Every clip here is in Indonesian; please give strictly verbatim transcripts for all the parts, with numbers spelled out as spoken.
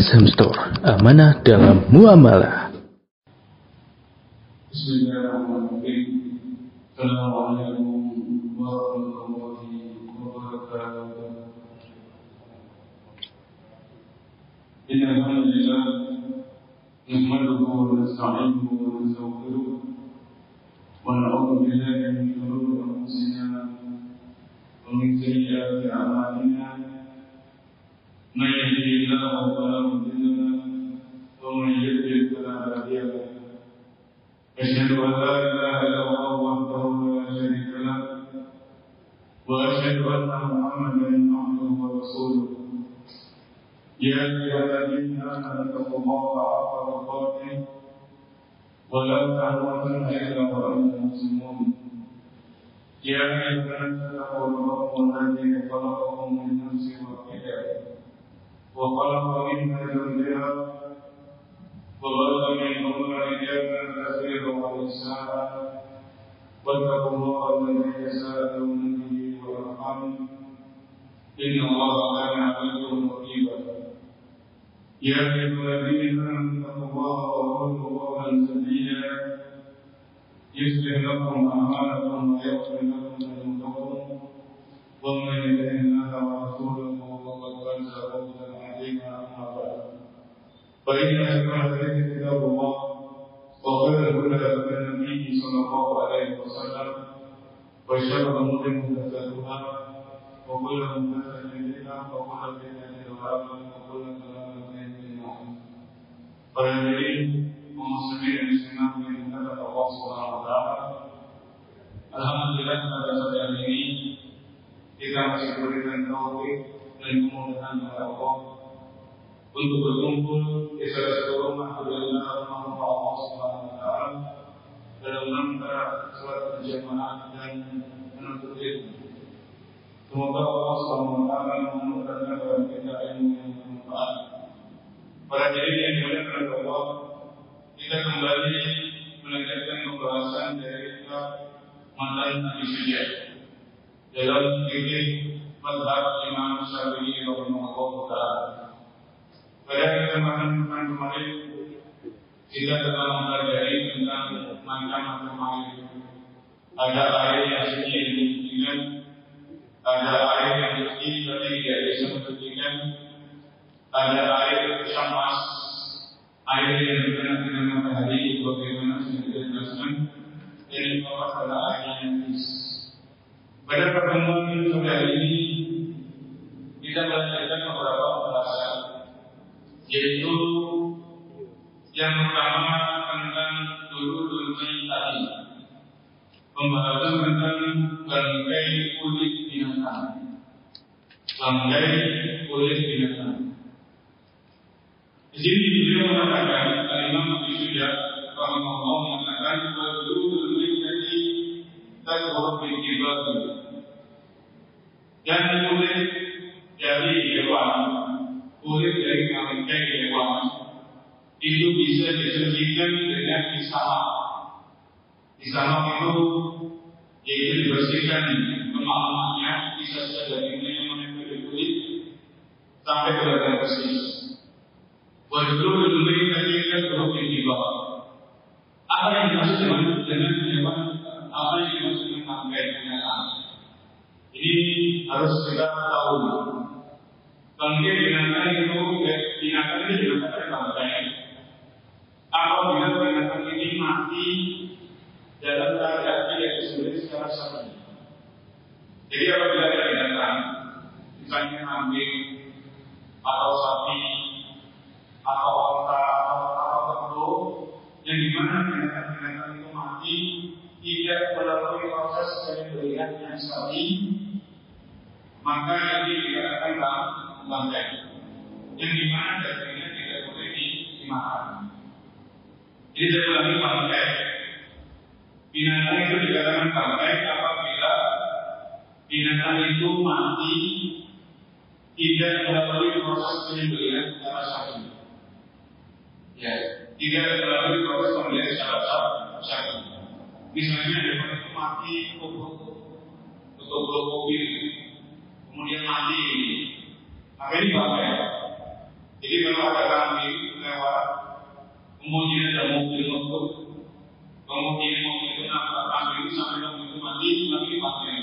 Azham Store, amanah dalam muamalah. Bismillahirrahmanirrahim. Assalamualaikum warahmatullahi wabarakatuh. Innal hamdalillah nahmaduhu wa nasta'inuhu wa nastaghfiruh wa na'udzu billahi min shururi anfusina wa min sayyiati a'malina. Man yahdihillahu fala mudilla lahu wa man yudlil fala hadiya lahu. أشهد أن لا إله إلا الله وحده لا شريك له وأشهد أن محمدا عبده ورسوله. يا أيها الذين آمنوا اتقوا الله حق تقاته ولا تموتن إلا وأنتم مسلمون. يا أيها الناس اتقوا ربكم الذي خلقكم من نفس واحدة وخلق منها زوجها وبث منهما رجالا كثيرا ونساء واتقوا الله الذي تساءلون به والارحام ان الله كان عليكم رقيبا. يا ايها الذين امنوا اتقوا الله وقولوا قولا سديدا يصلح لكم اعمالكم ويغفر لكم ذنوبكم ومن يطع الله ورسوله فقد فاز فوزا عظيما. اما بعد فإن أكرم الحديث كتاب الله وخير الهدى هدى النبي صلى الله عليه وسلم وشر الأمور محدثاتها وكل محدثة بدعة وكل بدعة ضلالة وكل ضلالة في النار. Para hadirin muslimin dan muslimat yang dimuliakan Allah Subhanahu wa taala. Alhamdulillah pada sore hari ini kita masih diberikan taufik dan kemudahan oleh Allah untuk berkumpul di salah satu rumah adalah rumah Allah Subhanahu wa taala dalam rangka salat berjamaah dan menuntut ilmu. Semoga Allah Subhanahu wa taala menurunkan kepada kita ilmu yang bermanfaat. Para hadirin yang dimuliakan oleh Allah, kita kembali melanjutkan pembahasan dari kitab Matan Abi Sujad dalam fikih mazhab Imam Syafi'i rahimahullah taala. Pada kesempatan kemarin kita telah mempelajari tentang macam-macam air. Ada air yang suci yang disucikan, ada air yang suci tapi tidak bisa mensucikan, ada air syamas, air yang berkenaan dengan matahari, bagaimana sudah kita jelaskan, dan yang keempat adalah air yang najis. Pada pertemuan sore ini kita belajar beberapa pembahasan, yaitu yang pertama tentang dulu-dulu tadi, pembahasan tentang bangkai kulit binatang, bangkai kulit binatang. Di sini beliau mengatakan, Imam Abi Sujad rahimahullah mengatakan dulu-dulu tadi terburuk dikibat dan kulit dari hewan, kulit dari bangkai hewan itu bisa disucikan dengan disamak. Disamak itu yaitu dibersihkan lemak-lemaknya, sisa-sisa dagingnya yang menempel di kulit sampai benar-benar bersih. Wajib lebih tadi kan buruk di bawah. Apa yang dimaksud dengan hewan? Apa yang dimaksud dengan bangkai binatang? Ini harus kita tahu. Bangkai binatang itu binatang itu juga ada bangkai. Apabila binatang ini mati dalam keadaan tidak disembelih secara syar'i. Jadi apabila ada binatang, misalnya kambing atau sapi atau onta atau apa tertentu, yang dimana binatang-binatang itu mati tidak melalui proses penyembelihan yang syar'i, maka ini dikatakan bangkai, yang dimana dagingnya tidak boleh dimakan. Jadi saya ulangi, bangkai binatang itu dikatakan bangkai apabila binatang itu mati tidak melalui proses penyembelihan secara syar'i. Ya, tidak melalui proses penyembelihan secara syar'i. Misalnya hewan itu mati untuk untuk mobil, kemudian mati. Apa ini bangkai? Jadi kalau ada kambing lewat, kemudian ada mobil masuk, kemudian mobil itu nabrak kambing itu sampai kambing itu mati, lagi dipakai.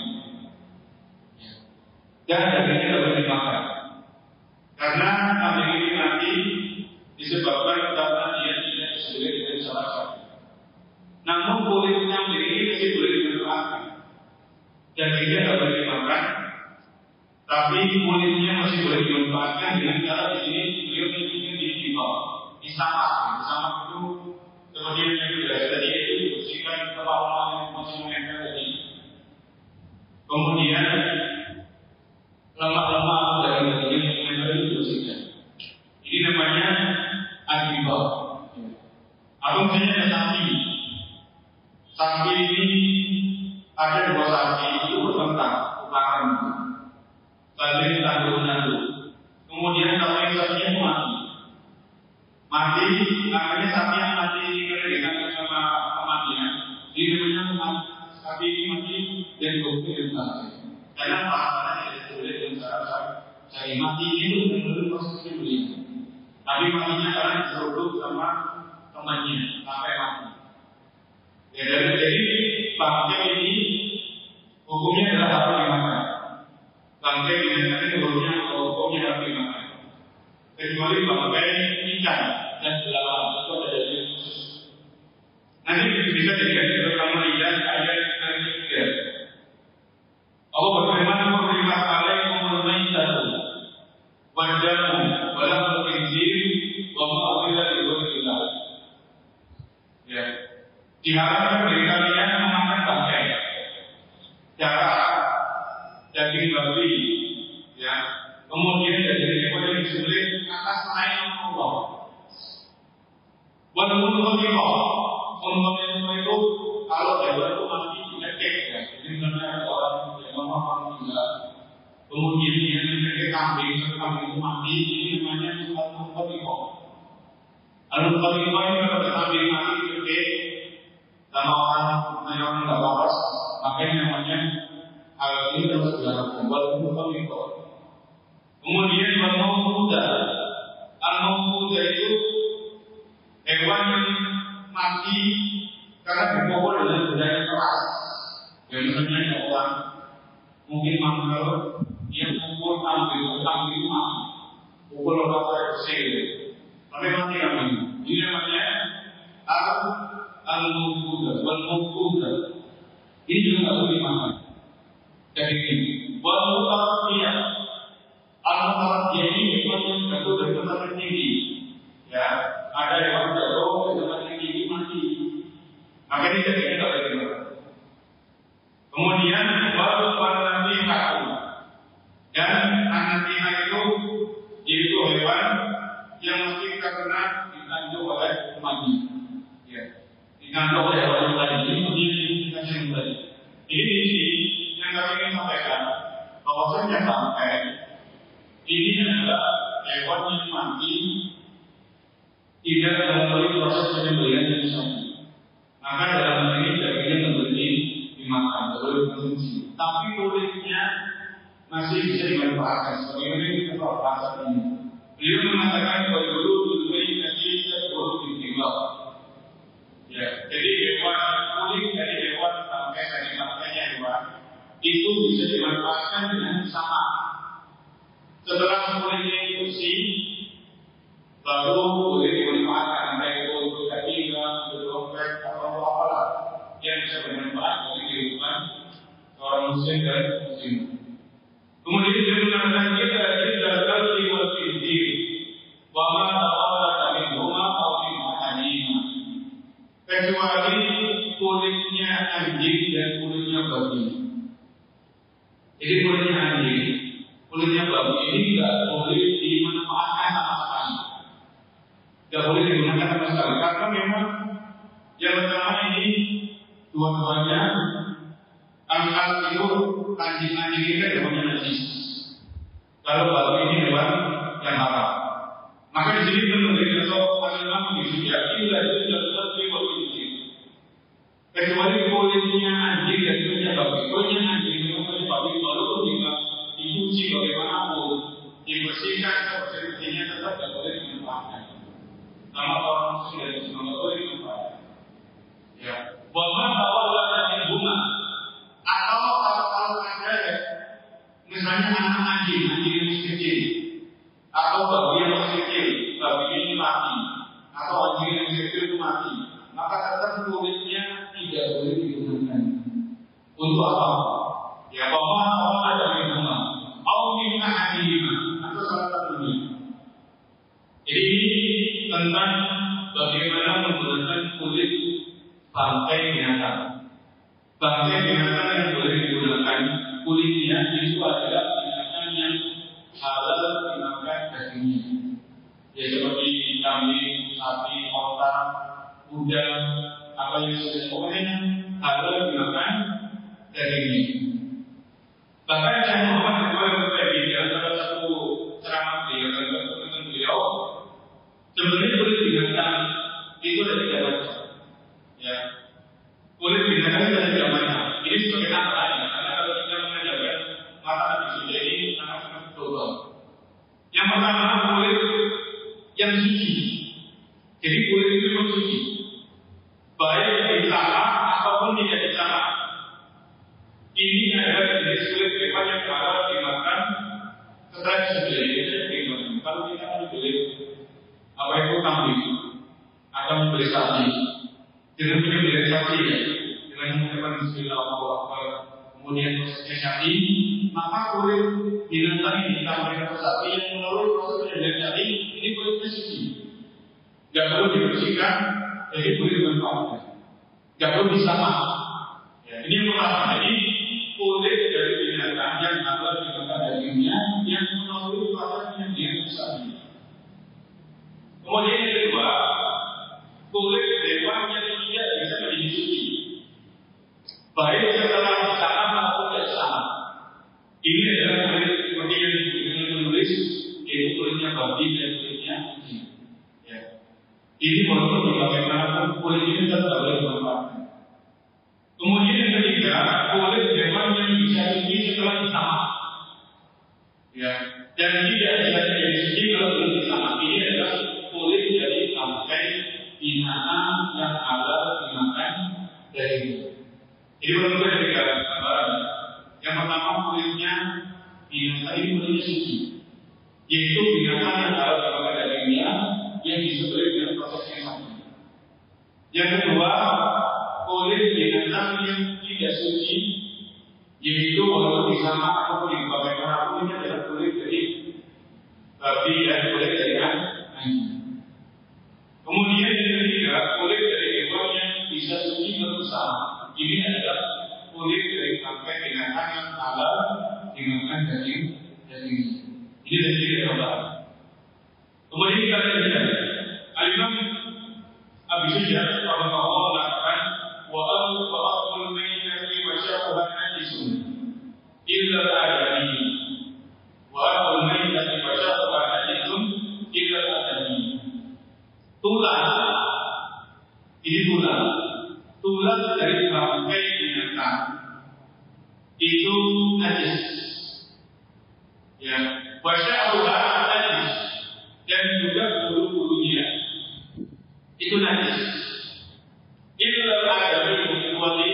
Dan dagingnya tidak boleh dimakan, karena kambing ini mati disebabkan karena dia tidak sesuai dengan syarat. Namun kulit kambing ini masih boleh dimanfaatkan. Dagingnya tidak boleh dimakan, tapi kulitnya masih boleh dimanfaatkan dengan cara di sini beliau menyebutnya dijual, disamak. Disamak itu seperti yang saya sudah tadi itu dibersihkan kepala yang masih menempel tadi. Kemudian lemak-lemak dari daging yang menempel itu dibersihkan. Ini namanya adibah. Atau misalnya ada sapi. Sapi ini ada dua sapi itu bertentang tukaran. Saling tanduk-tanduk. Kemudian sapi sapinya mati. Mati, akhirnya sapi yang mati ini dengan sama kematian. Ini namanya sapi ini mati dan bukti dan saksi. Karena pasangan tidak boleh dengan cara saya mati itu benar-benar prosesnya beliau. Tapi matinya karena diseruduk sama temannya sampai mati. Ya, dari jadi bangkai ini hukumnya adalah harus dimakan. Bangkai binatang hukumnya hukumnya harus dimakan. Kecuali bangkai ikan dan belalang itu ada dari khusus. Nanti bisa dilihat di dalam ayat ayat ketiga. Allah berfirman, "Hurrimat alaikum al-maitatu wad-damu wa lahmul khinzir wa ma uhilla li ghairillah." Ya. Diharapkan bagi kalian memakan bangkai, darah, daging babi, ya, kemudian daging hewan yang disembelih atas nama Allah. Buat untuk kita, untuk itu kalau hewan itu mati lecek, ya, jadi misalnya orang yang memahami juga, kemudian dia mencari kambing, kambing itu mati, ini namanya al-muqaddimah. Al-muqaddimah ini kalau kambing mati lecek sama orang yang tidak waras, makanya namanya hal ini terus dilakukan. Walaupun itu. Kemudian al-mawqudah, al-mawqudah itu hewan yang mati karena dipukul dengan benda yang keras. Yang misalnya orang mungkin mangkal, dia pukul kambing, kambing mati, pukul orang saya bersih, tapi mati kambing. Ini namanya al al-mawqudah, wal-mawqudah. Ini juga tidak boleh dimakan. Jadi ini, wal-mawqudah, al-mawqudah ini hewan yang jatuh dari tempat tinggi. Ya, ada hewan jatuh dari tempat tinggi mati. Maka ini jadi tidak boleh dimakan. Kemudian wal-nasiha, dan an-nasiha itu yaitu hewan yang mesti karena ditanjung oleh mati. Ya. Digantung oleh orang tadi, ini kita yang tadi. Ini yang kami ingin sampaikan bahwasanya sampai ini adalah hewan yang mati tidak melalui proses penyembelihan yang sama. Maka dalam hal ini dagingnya terbeli dimakan, boleh dikonsumsi. Tapi kulitnya masih bisa dimanfaatkan. Sebagaimana kita tahu bahasa ini. Beliau mengatakan bahwa dulu dulu ini masih terus ditinggal. Ya, jadi hewan kulit dari hewan sampai dari makanya hewan itu bisa dimanfaatkan dengan sama. Setelah kulitnya bersih, lalu boleh dimanfaatkan baik untuk ketiga, untuk dompet atau apalah yang bisa bermanfaat bagi kehidupan seorang muslim dan muslim. Kemudian dia mengatakan kita tidak kalau diwakili, bahwa Allah kami rumah atau dimana kecuali kulitnya anjing dan kulitnya babi. Jadi kulitnya anjing, kulitnya babi ini tidak boleh dimanfaatkan sama sekali. Tidak boleh digunakan sama sekali karena memang yang pertama ini dua-duanya angkat itu anjing-anjing ini kan hewannya najis. Kalau babi ini hewan yang haram. Maka di sini pun memberi contoh agama begitu ya. Inilah itu tidak seperti babi ini. Kecuali kulitnya anjing dan kulitnya babi. Kulitnya anjing dan kulitnya babi walaupun jika dicuci bagaimanapun, dibersihkan seperti dagingnya tetap tidak boleh dimanfaatkan. Nama orang muslim dari Islam tidak boleh dimanfaatkan. Ya, bahkan kalau ada bunga atau kalau ada misalnya anak anjing, anjing yang masih kecil, atau babi yang masih kecil, babi ini mati, atau anjing yang masih kecil itu mati, maka tetap kulitnya tidak boleh digunakan. Untuk apa? Ya, bahwa Allah ada di bunga, Allah minta hati atau salah satunya. Jadi tentang bagaimana menggunakan kulit bangkai binatang. Bangkai binatang yang boleh digunakan kulitnya itu adalah binatang yang halal dimakan dagingnya. Ya seperti kambing, sapi, onta, kuda, apa yang sudah pokoknya halal dimakan dagingnya. Bahkan saya Muhammad Ridwan berbagi di antara satu ceramah beliau dan tentang beliau, sebenarnya kulit binatang itu ada tiga macam. Ya, kulit binatang itu ada tiga macam. Ini sebagai tambahan, karena kalau kita mengajarkan mata Nabi Suci ini sangat-sangat betul. Yang pertama kulit yang suci. Jadi kulit itu memang suci, baik disama ataupun tidak disama. Ini adalah jenis kulit hewan yang halal dimakan setelah disembelih. Itu yang dimakan. Kalau kita menyembelih apa itu kambing atau menyembelih sapi, dengan menyembelih sapi ya, dengan mengucapkan Bismillahirrahmanirrahim, kemudian prosesnya sapi, maka kulit binatang ini ditambahkan ke sapi yang melalui proses penyembelihan sapi ini kulitnya suci. Tidak perlu dibersihkan, jadi boleh dimanfaatkan. Tidak perlu disama. Ya, ini yang pertama. Jadi kulit dari binatang yang halal dimakan dagingnya yang melalui proses penyembelihan sapi. Kemudian yang kedua, kulit hewan yang tidak bisa menjadi suci, baik setelah disama maupun tidak disama. Ini adalah kulit seperti yang disebutkan menulis, yaitu kulitnya babi dan kulitnya anjing. Ya. Ini walaupun bagaimanapun kulit ini tetap boleh dimanfaatkan. Kemudian yang ketiga, kulit hewan yang bisa suci setelah disama. Ya, dan tidak bisa jadi suci kalau belum disama. Ini adalah kulit dari bangkai binatang yang halal dimakan dagingnya. Ini benar-benar tiga gambaran. Yang pertama kulitnya binatang ini kulitnya suci, yaitu binatang yang halal dimakan dagingnya yang disembelih dengan proses yang sama. Yang kedua, kulit binatang yang tidak suci, yaitu walaupun disama ataupun di bagaimanapun ini adalah kulit dari babi dan kulit dari anjing. Kemudian yang ketiga, kulit dari hewan yang bisa suci bersama. Ini adalah kulit dari bangkai binatang yang halal dimakan daging daging. Ini dari tiga gambaran. Kemudian kita lihat Al-Imam Abi Sujah rahimahullah mengatakan wa al-fa'ul mayyati wa sya'uha najisun illa al-adami wa al-mayyati wa sya'uha najisun illa al-adami. Tulang, ini tulang, tulang dari bangkai binatang itu najis, ya, wa sya'uha najis, dan juga bulu-bulunya itu najis. Illa al-adami, kecuali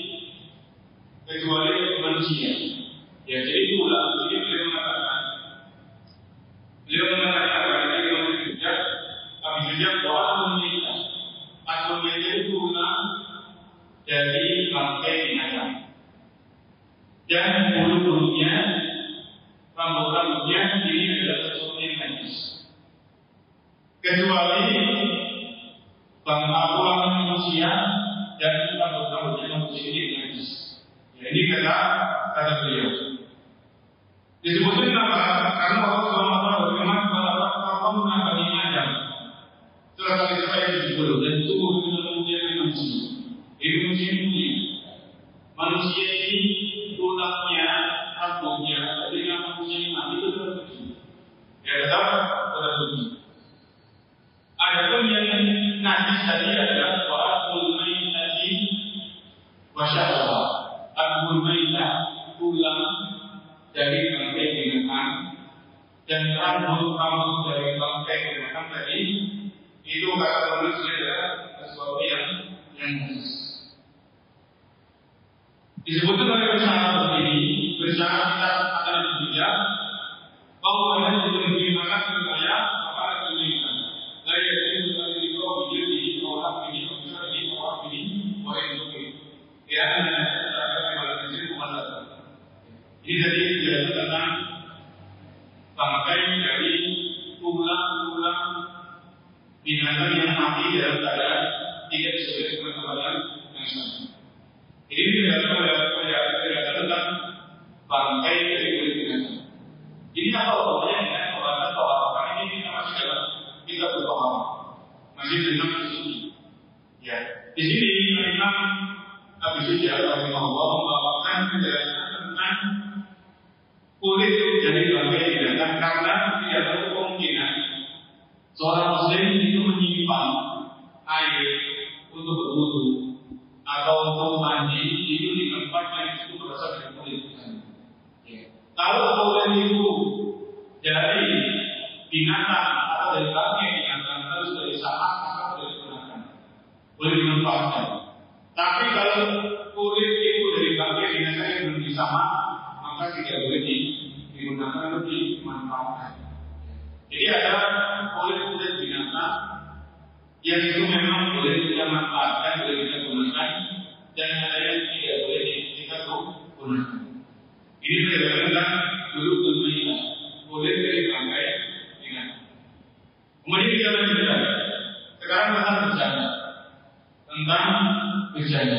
kecuali manusia. Ya, jadi tulang ini beliau mengatakan, beliau mengatakan kepada Imam Sujah, Abi Sujah bahwa Al-Mayyitah, Al-Mayyitah itu tulang dari bangkai binatang, dan bulu-bulunya, rambut-rambutnya ini adalah sesuatu yang najis. Kecuali bangkai tulang manusia dan rambut-rambutnya manusia ini najis. Ya, ini kata kata beliau. Disebutkan apa? Karena Allah Subhanahu wa taala berfirman bahwa Allah Bani Adam. Surah Al-Isra ayat tujuh puluh, dan sungguh kita memuliakan manusia. Ini manusia ini manusia ini tulangnya, rambutnya, ketika manusia ini mati itu tersuci. Ya tetap tersuci. Adapun yang najis tadi adalah wa'akul mayyitati wa sya'uha. Akul mayyitah, tulang dari bangkai binatang, dan rambut-rambut dari binatang yang mati dalam keadaan tidak sesuai dengan keadaan yang sama. Ini tidak ada tentang bangkai dari kulit binatang. Ini apa hubungannya dengan pembahasan toharoh? Ini kita masih dalam kita bertoharoh, masih tentang suci. Ya, di sini Imam Abu Sujah rahimahullah membawakan penjelasan tentang kulit dari bangkai binatang karena tidak ada kemungkinan seorang muslim itu menyimpan air untuk berwudu atau untuk mandi itu di tempat yang itu berasal dari kulit. Ya. Kalau kulit itu dari binatang atau dari bangkai binatang harus dari samak maka boleh digunakan, boleh dimanfaatkan. Tapi kalau kulit itu dari bangkai binatang yang belum disamak maka tidak boleh digunakan atau dimanfaatkan. Jadi ada kulit-kulit binatang yang itu memang boleh kita manfaatkan, boleh kita gunakan, dan ada yang tidak boleh kita gunakan. Ini berdasarkan dulu dunia kulit dari bangkai binatang. Kemudian kita lanjutkan. Sekarang tentang bercanda, tentang bercanda.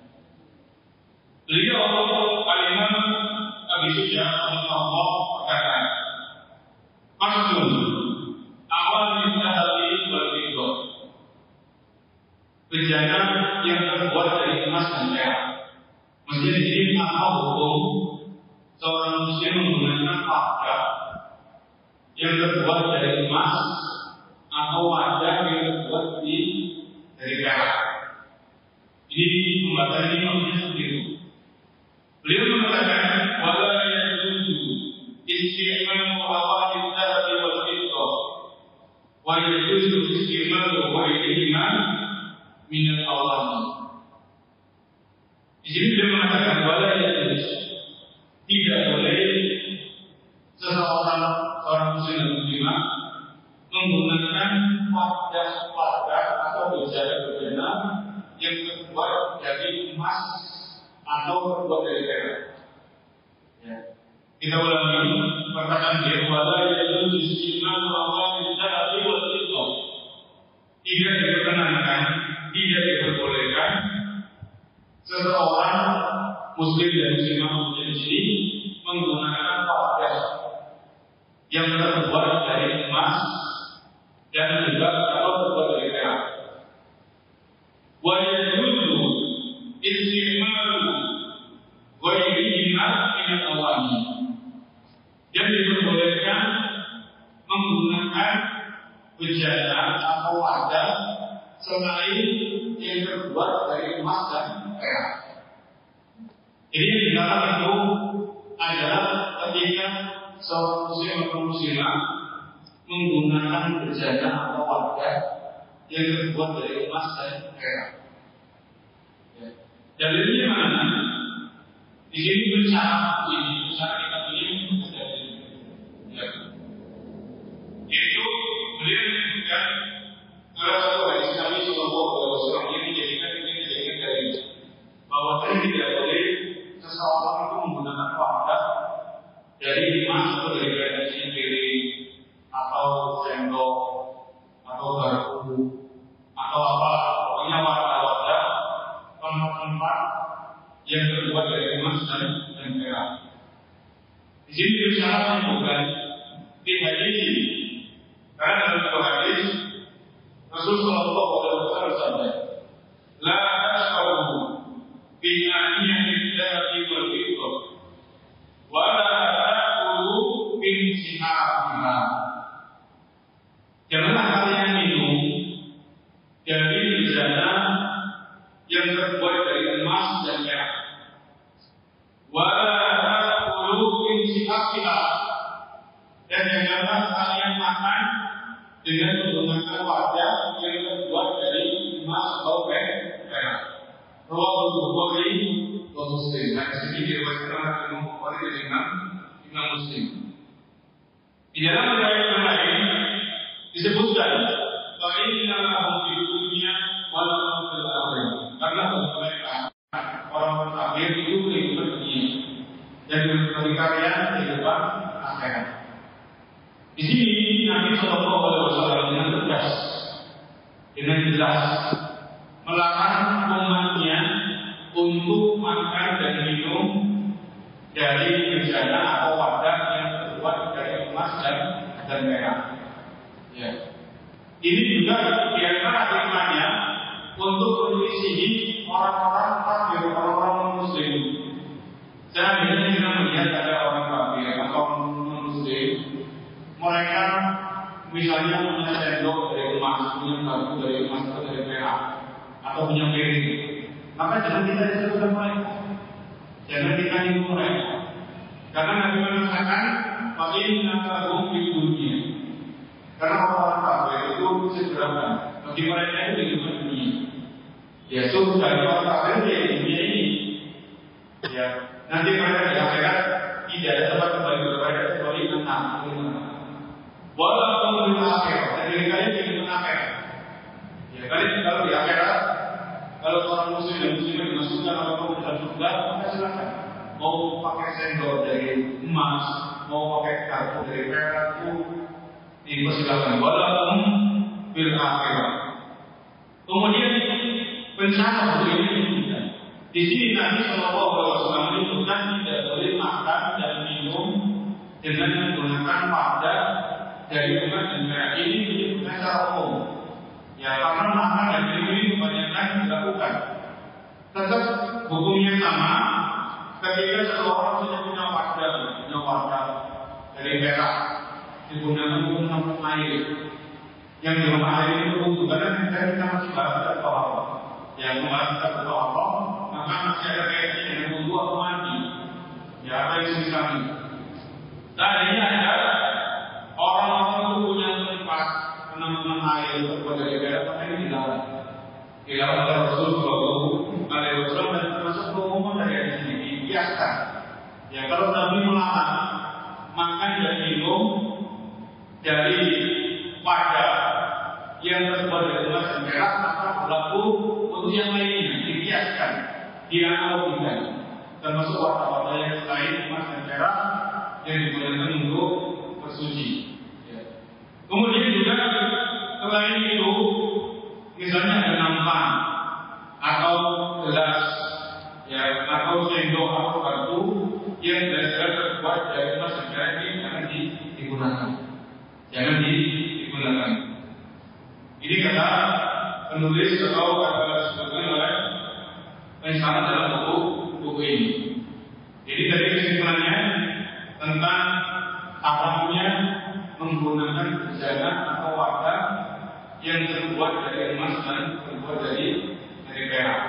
Beliau Al-Imam Abu Sujah rahimahullah berkata, maksud awal mustahili wal fiddah, bejana yang terbuat dari emas dan perak. Maksudnya di sini apa hukum seorang muslim menggunakan wadah yang terbuat dari emas atau wadah yang terbuat di dari perak. Ini pembahasan ini maksudnya seperti itu. Beliau mengatakan wala yajuzu isti'malu awal dzahab wal fiddah wa yajuzu isti'malu ghairihima min al-awani. Di sini beliau mengatakan wala yajuzu, tidak boleh seseorang seorang muslim dan muslimah menggunakan wadah-wadah atau bejana-bejana yang terbuat dari emas atau terbuat dari perak. Ya. Kita ulangi perkataan dia wala yajuzu isti'malu awal dzahab wal fiddah. Tidak diperkenankan, tidak diperbolehkan seseorang muslim dan muslimah muslim ini menggunakan wadah yang terbuat dari emas dan juga atau terbuat dari perak. Wa yajuzu isti'malu ghairihima min al-awani. Dan diperbolehkan menggunakan bejana atau wadah selain yang terbuat dari emas dan perak. Ini yang dilarang itu adalah ketika seorang muslim atau muslimah menggunakan bejana atau wadah yang terbuat dari emas dan perak. Ya. Dalilnya mana? Di sini bersyarat ini, bersyarat kita pilih ada ya. Yaitu beliau menyebutkan salah satu hadis Nabi Sallallahu Alaihi Wasallam yang dijadikan ini dijadikan dari bahwa tidak boleh seseorang itu menggunakan wadah dari emas atau dari kain sendiri atau sendok atau garpu atau apa, pokoknya wadah-wadah tempat-tempat yang terbuat dari emas dan perak. Di sini bersyarat bukan di hadis ini, karena dalam satu hadis Rasulullah Sallallahu Alaihi Wasallam bersabda, "La tashrabu bi aniyatil dzahab wal fiddah, wa la ta'kulu min sihabiha." Janganlah kalian minum dari bejana yang terbuat dari emas dan perak. Wa la ta'kulu min sihabiha, dan janganlah kalian makan dengan menggunakan wadah yang terbuat dari emas atau perak. Rawahul Bukhari wa Muslim. Hadis ini diriwayatkan oleh Imam Bukhari dan Imam Imam Muslim. Di dalam riwayat yang lain disebutkan bahwa inna lahum fid dunya wa lahum fil akhirah. Karena bagi mereka orang-orang kafir itu kehidupan dunia dan bagi kalian kehidupan akhirat. Di sini Nabi Sallallahu Alaihi Wasallam dengan tegas dengan jelas melarang umatnya untuk makan dan minum dari bejana atau wadah yang terbuat dari emas dan dan perak. Ya. Ini juga di antara hikmahnya untuk menyelisihi orang-orang kafir, orang-orang muslim. Seandainya kita melihat ada orang kafir atau non-muslim, mereka misalnya punya sendok dari emas, punya batu dari emas atau dari perak, atau punya piring, maka jangan kita disebutkan mereka, jangan kita nipu mereka, karena Nabi mengatakan paling nafahum di dunia, karena orang kafir itu sederhana, bagi mereka itu kehidupan dunia, ya suruh dari orang kafir di dunia ini, ya nanti mereka di akhirat tidak ada tempat kembali kepada kecuali anak. Walaupun di akhirat, jadi kalian di akhirat. Ya kalian kalau di akhirat, kalau orang muslim dan muslimah dimasukkan atau ke dalam surga, maka silakan. Mau pakai sendok dari emas, mau pakai kartu dari perak itu dipersilakan. Walaupun bil akhirat. Kemudian bencana untuk ini tidak. Di sini Nabi Shallallahu Alaihi Wasallam menyebutkan tidak boleh makan dan minum dengan menggunakan wadah dari emas dan perak. Ini disebutkan secara umum. Ya, karena makan dan minum ini kebanyakan dilakukan. Tetap hukumnya sama ketika seseorang sudah punya wadah, punya wadah dari perak digunakan untuk menampung air. Yang di air itu untuk karena kita masih bahas tentang apa? Yang membahas tentang apa? Maka masih ada kaitannya dengan wudhu atau mandi. Ya, apa yang semisal ini? Tadinya ada orang-orang itu punya tempat penampungan air terbuat dari perak, maka ini dilarang. Dilarang oleh Rasul Shallallahu Alaihi Wasallam dan termasuk keumuman dari hadis ini dibiarkan. Ya, kalau Nabi melarang makan dan minum dari wadah yang terbuat dari emas dan perak, maka berlaku untuk yang lainnya, dibiarkan, dianalogikan, termasuk wadah-wadah yang selain emas dan perak yang digunakan untuk bersuci. Ya. Kemudian juga selain itu, misalnya ada nampan atau gelas, ya, atau sendok atau batu yang benar-benar terbuat dari emas dan perak ini jangan digunakan, jangan digunakan. Ini kata penulis atau kata disebutkan oleh pensyarah dalam buku buku ini. Jadi dari kesimpulannya tentang haramnya menggunakan bejana atau wadah yang terbuat dari emas dan terbuat dari dari perak.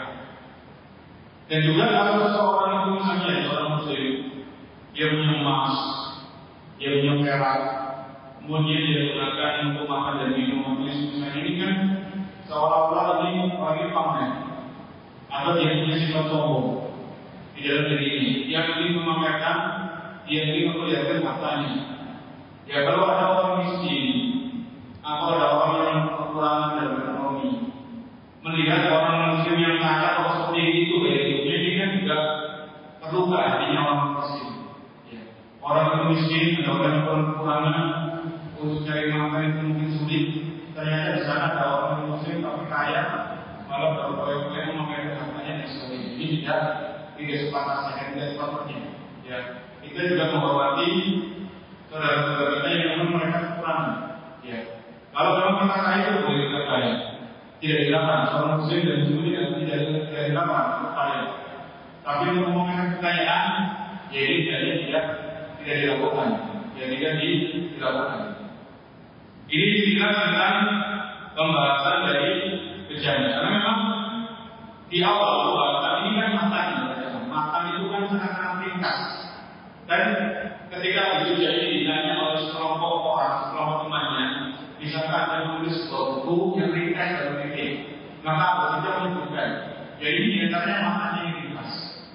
Dan juga kalau seseorang itu misalnya seorang muslim, dia punya emas, dia punya perak, kemudian dia gunakan untuk makan dan minum. Misalnya ini kan seolah-olah ini orang ini pamer, atau dia punya sifat sombong di dalam diri ini. Dia ingin memamerkan, dia ingin memperlihatkan hartanya. Ya, kalau ada orang miskin atau ada orang yang kekurangan dalam ekonomi, melihat orang muslim yang kaya atau seperti itu, ya hidupnya ini kan juga terluka hatinya orang miskin. Ya. Orang yang miskin, ada orang yang kekurangan untuk cari makan itu mungkin sulit. Ternyata di sana ada orang muslim tapi kaya, malah berproyek-proyek memamerkan hartanya dan sebagainya. Ini tidak tidak sepantasnya dan tidak sepatutnya. Ya, kita juga menghormati saudara-saudara kita yang memang mereka kekurangan. Ya, kalau memang kita kaya itu boleh kita kaya, tidak dilarang. Seorang muslim dan muslim tidak tidak tidak dilarang untuk kaya. Tapi untuk memamerkan kekayaan, ya ini tidak tidak tidak dilakukan. Ya tidak dilakukan. Ini istilah tentang pembahasan dari bejana. Karena memang di awal pembahasan ini kan makan, makan itu kan sangat-sangat ringkas. Dan ketika itu jadi ditanya oleh sekelompok orang, sekelompok temannya, misalkan ada menulis sebuah buku yang ringkas dalam fikih, maka apa saja menyebutkan. Jadi ini diantaranya makannya yang ringkas.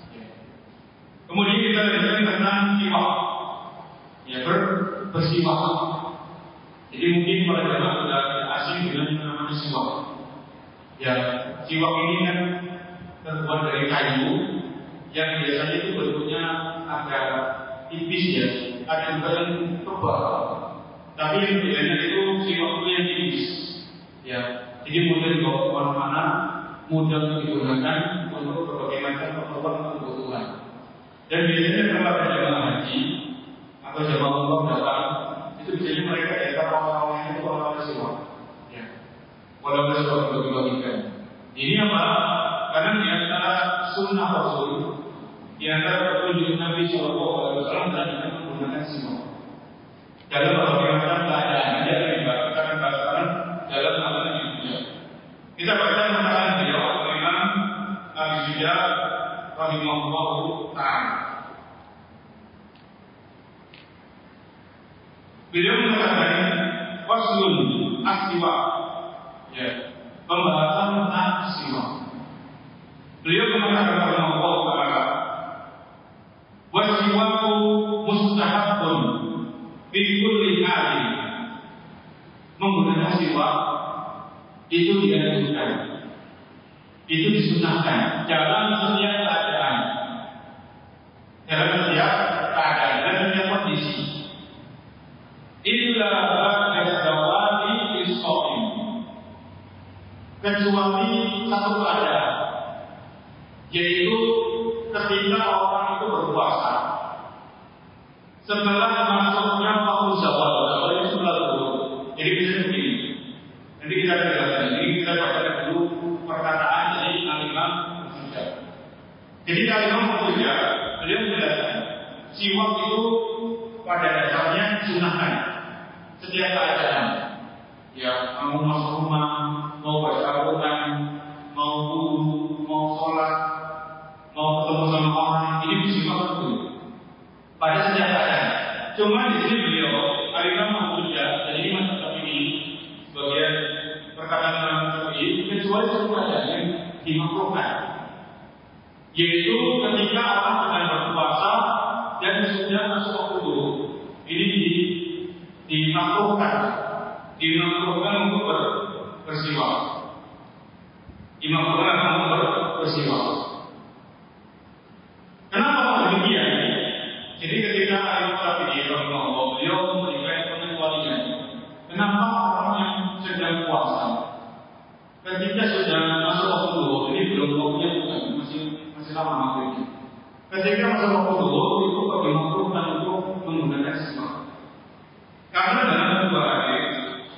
Kemudian kita belajar tentang siwak, ya ber bersiwak. Jadi mungkin para jemaah sudah asing dengan yang namanya siwak. Ya, siwak ini kan terbuat dari kayu yang biasanya itu bentuknya agak tipis ya, ada juga yang tebal. Tapi yang bedanya itu siwak itu yang tipis. Ya, di Jadi mudah dibawa kemana-mana, mudah digunakan untuk berbagai macam keperluan kebutuhan. Dan biasanya kalau ada jemaah haji atau jemaah umroh datang, itu biasanya mereka datang orang-orang itu orang-orang semua. Ya, orang-orang semua bagi-bagikan. Ini apa? Karena di antara sunnah Rasul, di antara petunjuk Nabi Shallallahu Alaihi Wasallam dan kita menggunakan semua. Dalam berbagai macam keadaan, dia dibacakan bahasan dalam amalan hidup. Kita baca mengatakan beliau Imam Abi Syuja rahimahullahu taala. Beliau mengatakan faslun as-siwak. Ya, pembahasan tentang siwak. Beliau mengatakan rahimahullahu taala, wa siwaku mustahabun fi kulli halin. Menggunakan siwak itu dianjurkan, itu disunahkan dalam setiap keadaan, dalam setiap keadaan dan setiap kondisi. Illa ba'da zawali bis-shaum, kecuali satu keadaan, yaitu ketika orang itu berpuasa setelah masuknya waktu zawal. Zawal itu setelah dulu. Jadi bisa begini. Nanti kita akan jelaskan. Jadi kita baca dulu perkataan dari Al-Imam Al-Syuja. Jadi Al-Imam Al-Syuja beliau menjelaskan siwak itu pada dasarnya disunahkan setiap keadaan. Ya, mau masuk rumah, mau baca Al-Quran, mau wudu, mau sholat, mau ketemu sama orang, ini bersiwak betul. Pada setiap keadaan. Cuma di sini beliau Al-Imam Al-Syuja, dan ini masuk ini sebagian perkataan Al-Imam ini kecuali satu keadaan yang dimakruhkan, yaitu ketika orang sedang berpuasa dan sudah masuk waktu dulu. Ini di, dimakruhkan, dimakruhkan untuk ber, bersiwak, dimakruhkan untuk ber, bersiwak. Kenapa demikian? Jadi ketika Imam Syafi'i rahimahullah beliau memberikan pengecualian. Kenapa orang yang sedang puasa ketika sudah masuk waktu dulu, ini belum waktunya bukan, masih masih lama maghrib. Ketika masuk waktu dulu itu dimakruhkan untuk menggunakan siwak. Karena dalam dua hadis,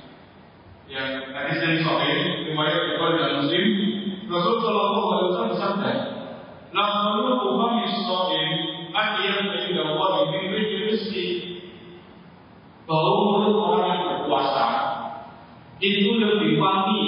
ya hadis yang sahih riwayat Bukhari dan Muslim, Rasul Shallallahu Alaihi Wasallam bersabda, "La qulubu qamis shaim ayyam inda Allah min rizqi." Bahwa mulut orang yang berpuasa itu lebih wangi,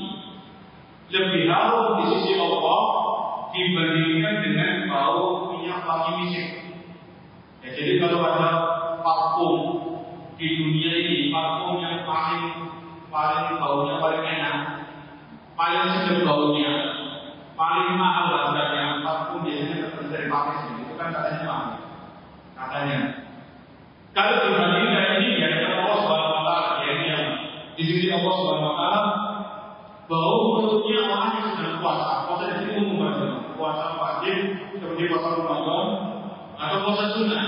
lebih harum di sisi Allah dibandingkan dengan bau minyak wangi misik. Ya, jadi kalau ada parfum di dunia ini, parfum yang paling paling baunya paling enak, paling sedap baunya, paling mahal harganya, parfum biasanya tertentu dari Paris, itu kan katanya mahal, katanya. Kalau dibandingkan ini dari Allah Subhanahu Wa Taala, yaitu yang di sisi Allah Subhanahu Wa Taala, bau mulutnya orang yang sedang puasa, puasa di sini umum berarti puasa wajib seperti puasa Ramadan atau puasa sunnah.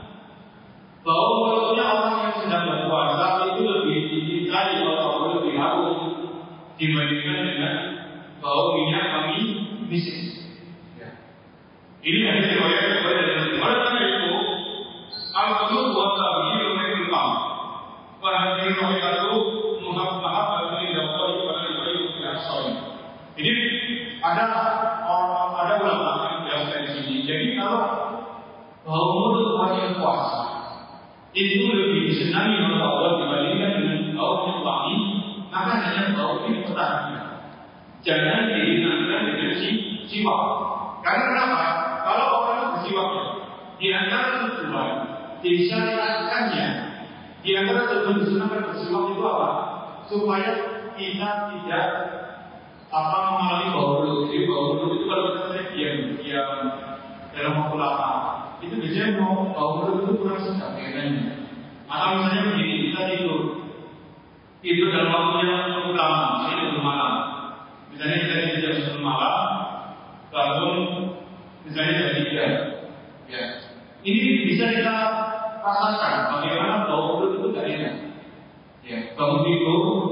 Bau mulutnya orang yang sedang berpuasa itu lebih dicintai oleh Allah, lebih harum dibandingkan dengan bau minyak wangi misik. Ya. Ini hadis riwayat Bukhari dan Muslim. Oleh karena itu, al-qulub wa tabiyyun min al-qam. Wa hadhihi riwayatu muhabbahatun ila Allah wa ila al-shaum. Jadi ada orang ada ulama yang menjelaskan di sini. Jadi kalau bau mulut orang yang puasa itu lebih disenangi oleh Allah dibandingkan dengan bau yang wangi, maka hanya bau ini pertahankan. Jangan dihinakan dengan si siwak. Karena kenapa? Kalau orang bersiwak, di antara tujuan disyariatkannya, di antara tujuan disunahkan bersiwak itu apa? Supaya kita tidak apa mengalami bau mulut. Jadi bau mulut itu kalau kita diam diam dalam waktu lama, itu biasanya mau bau mulut itu kurang sedap kayaknya. Atau misalnya begini, kita tidur tidur dalam waktu yang cukup lama, misalnya sebelum malam. Misalnya kita tidur sebelum malam, bangun misalnya jam tiga. Ya. Ini bisa kita rasakan bagaimana bau mulut itu tidak enak. Ya, bangun tidur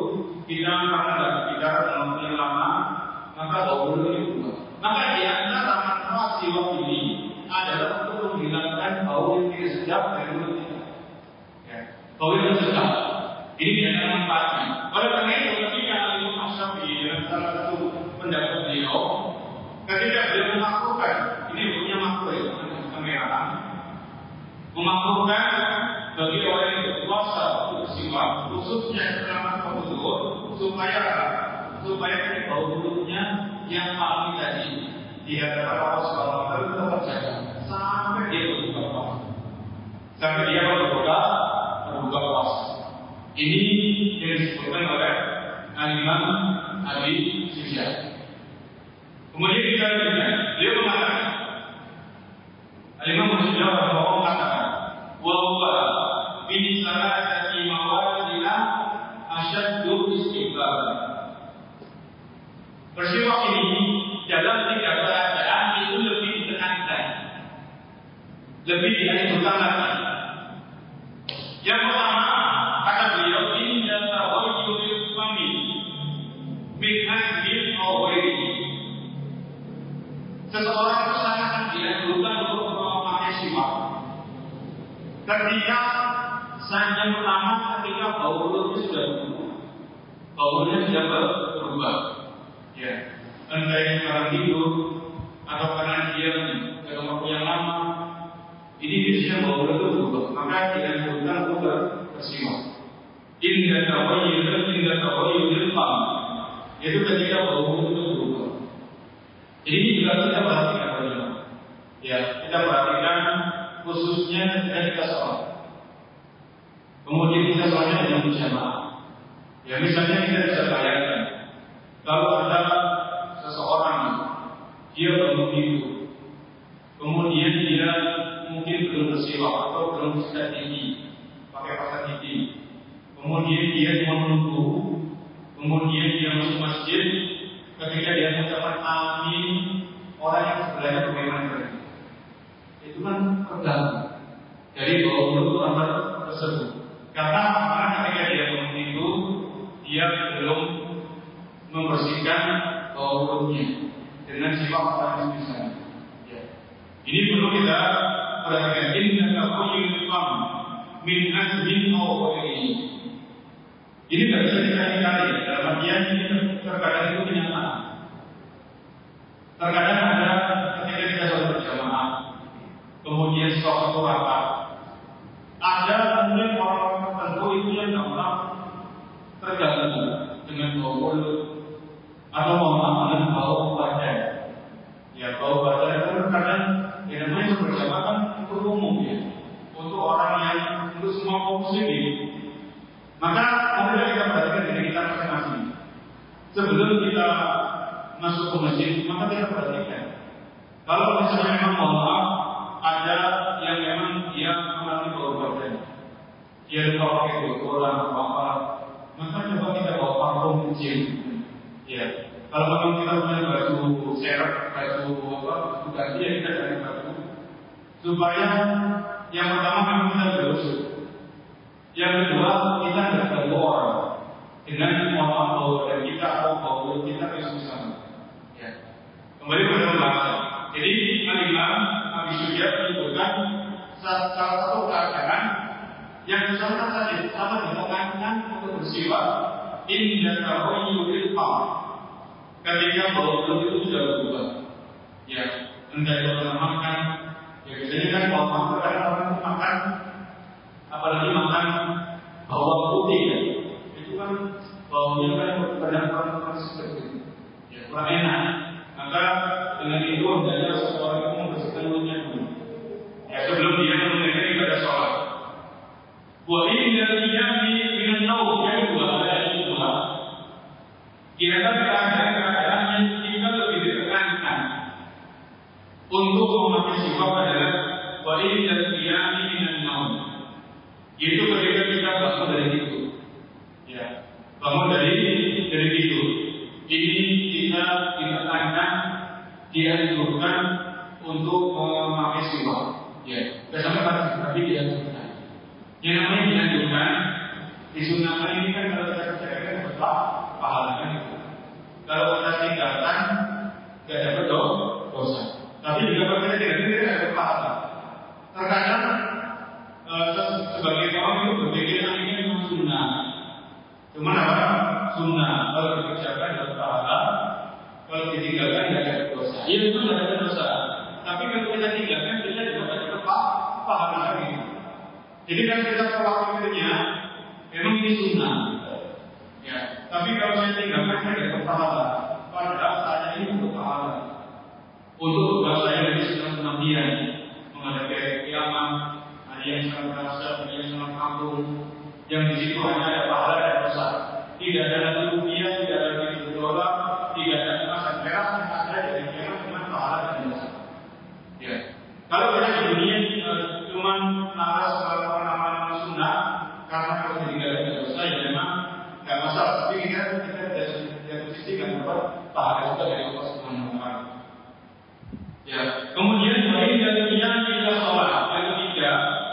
kita karena tidak bicara dalam waktu yang lama, maka bau mulut ini berubah. Maka di antara manfaat siwak ini adalah untuk menghilangkan bau yang tidak sedap dari mulut kita. Ya. Bau yang sedap. Ini di antara manfaatnya. Oleh karena itu, ketika Imam Asy-Syafi'i dalam salah satu pendapat beliau, ketika beliau memakruhkan, ini hukumnya makruh ya, kemerahatan, memakruhkan bagi orang yang berpuasa untuk bersiwak, khususnya setelah berwudu, supaya supaya bau mulutnya yang alami tadi di hadapan Allah Subhanahu wa taala tetap terjaga sampai dia berbuka puasa. Sampai dia berbuka berbuka puasa. Ini yang disebutkan oleh Imam Abi Sufyan. Kemudian kita lihat, beliau mengatakan, Imam Abi Sufyan mengatakan, wa huwa bi salatati mawadila asyaddu istighfar. Bersiwak ini dalam tiga keadaan itu lebih ditekankan, lebih dianjurkan lagi. Yang pertama, kata beliau, inna tawayyul fami min hadil awwali. Seseorang itu sangat dianjurkan untuk memakai siwak ketika saat yang pertama ketika bau mulutnya sudah berubah, baunya sudah berubah. Ya, entah yang karena tidur atau karena dia dalam waktu yang lama, ini biasanya bau mulut itu berubah. Maka dianjurkan untuk bersiwak. Indah tawayyul, indah tawayyul fam, yaitu ketika bau mulut itu berubah. Jadi ini juga kita perhatikan bagaimana. Ya, kita perhatikan khususnya ketika kita sholat. Kemudian kita sholatnya dengan berjamaah. Ya, misalnya kita bisa bayangkan, kalau ada seseorang dia belum tidur, kemudian dia mungkin belum bersiwak atau belum sikat gigi, pakai pasta gigi, kemudian dia menunggu, kemudian dia masuk masjid, ketika dia mengucapkan amin, orang yang sebelahnya bagaimana berarti? Itu kan terganggu dari bau mulut orang tersebut. Karena karena ketika dia belum tidur, dia belum membersihkan bau mulutnya dengan sifat yang misalnya. Ya. Ini perlu kita perhatikan. Inna tawayyul fam min azmin awwali. Ini tidak bisa dikali-kali. Dalam artian ini terkadang itu kenyataan. Terkadang ada ketika kita sholat berjamaah, kemudian sholat itu rapat, ada kemudian orang tertentu itu yang gampang terganggu dengan bau mulut atau mohon dengan bau badan. Ya, bau badan itu terkadang ya namanya berjamaah kan untuk umum ya, untuk orang yang untuk semua kaum muslimin. Maka marilah kita perhatikan diri kita masing-masing. Sebelum kita masuk ke masjid, maka kita perhatikan. Kalau misalnya memang mohon maaf ada yang memang dia mengalami bau badan, dia lupa pakai deodoran atau apa, maka coba kita bawa parfum kecil. Ya, kalau memang kita punya baju serep, baju apa, baju ganti ya kita cari baju supaya yang pertama memang kita berusuk. Yang kedua, kita tidak ganggu orang dengan mohon bau badan kita atau bau mulut kita yang sama. Ya. Kembali pada pembahasan. Jadi Al-Imam Abi Sufyan menyebutkan salah satu keadaan yang sama saja sama ditekankan untuk bersiwak indah tawayyul fam ketika bau mulut itu sudah berubah. Ya, entah itu orang makan, ya biasanya kan kalau makan kadang orang makan, apalagi makan bawang putih ya, itu kan baunya kan kadang-kadang seperti itu, ya kurang enak. Maka dengan itu hendaknya seseorang itu membersihkan mulutnya dulu, ya sebelum dia menunaikan ibadah sholat. Wa inna al-yami min an-nawm, yang kedua ada yang kedua. Kira-kira keadaan-keadaan yang kita lebih ditekankan untuk memakai siwak adalah wa inna al-yami min an-nawm, yaitu ketika kita bangun dari tidur, ya bangun dari dari tidur. Ini kita ditekankan, dianjurkan untuk memakai siwak. Ya, bersama pada tapi dianjurkan. Yang namanya dianjurkan, disunahkan ini kan kalau kita percaya betul. sunnah. Kalau dikerjakan dapat pahala, kalau ditinggalkan tidak ada dosa. Iya itu tidak ada dosa. Tapi kalau kita tinggalkan kita juga dapat pahala lagi. Jadi kan kita perlakuannya memang ini sunnah. Ya. Tapi kalau saya tinggalkan saya dapat pahala. Padahal saya ini untuk pahala. Untuk tugas saya dari senang penantian menghadapi kiamat, hari yang sangat terasa, hari yang sangat agung, yang di situ hanya ada pahala dan dosa. Tidak ada lagi rupiah, tidak ada lagi dolar, tidak ada emas dan perak, yang ada dari kiamat cuma pahala dan dosa. Ya. Kalau kita di dunia cuma naras melakukan amalan sunnah, karena kalau ditinggalkan dosa ya memang nggak masalah. Tapi kita kita dari sisi kan dapat pahala juga dari Allah Subhanahu Wa Taala. Ya, kemudian baik dari yang kita sholat yang ketiga,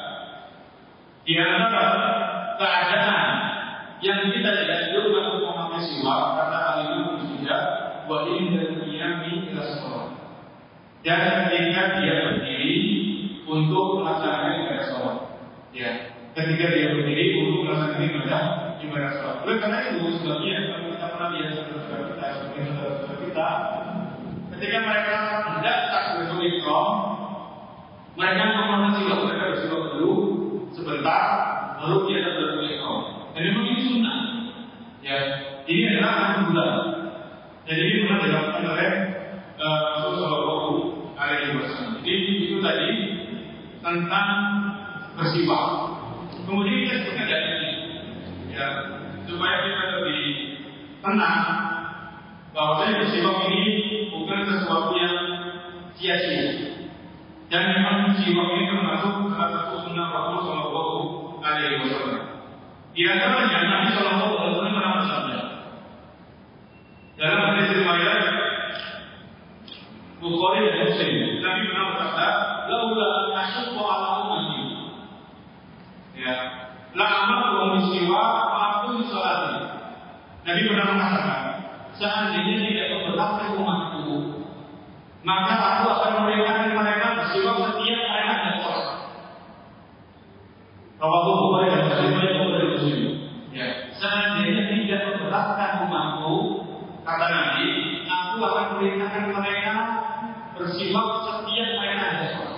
di antara keadaan yang kita tidak perlu untuk memakai siwak karena hal ini tidak wa in dari qiyami ila sholat. Dan ketika dia berdiri untuk melaksanakan ibadah sholat, ya, ketika dia berdiri untuk melaksanakan ibadah ibadah sholat. Oleh karena itu sebabnya kalau kita pernah lihat saudara kita, saudara kita, ketika mereka hendak takbiratul ihram, mereka memakai siwak, mereka bersiwak dulu sebentar, lalu dia takbiratul ihram. Dan memang ini sunnah. Ya, ini adalah anjuran. Jadi ini pernah dilakukan oleh Rasulullah Shallallahu Alaihi Wasallam. Jadi itu tadi tentang bersiwak. Kemudian kita sebutkan dari ini, ya, supaya kita lebih tenang bahwa bersiwak ini bukan sesuatu yang sia-sia. Dan memang siwak ini termasuk salah satu sunnah Rasulullah Shallallahu Alaihi Wasallam. Di antaranya Nabi Shallallahu Alaihi Wasallam pernah bersabda dalam hadis riwayat Bukhari dan Muslim, Nabi pernah berkata, "Laula asyqa ala ummati." Ya, la amaru bisiwa ma'qul salati. Nabi pernah mengatakan, seandainya tidak memberatkan umatku, maka aku akan memerintahkan mereka bersiwak setiap mereka ada sholat. Rawahu Bukhari dan Muslim. Ya, seandainya tidak memberatkan umatku, kata Nabi, aku akan memerintahkan mereka bersiwak setiap mereka ada sholat.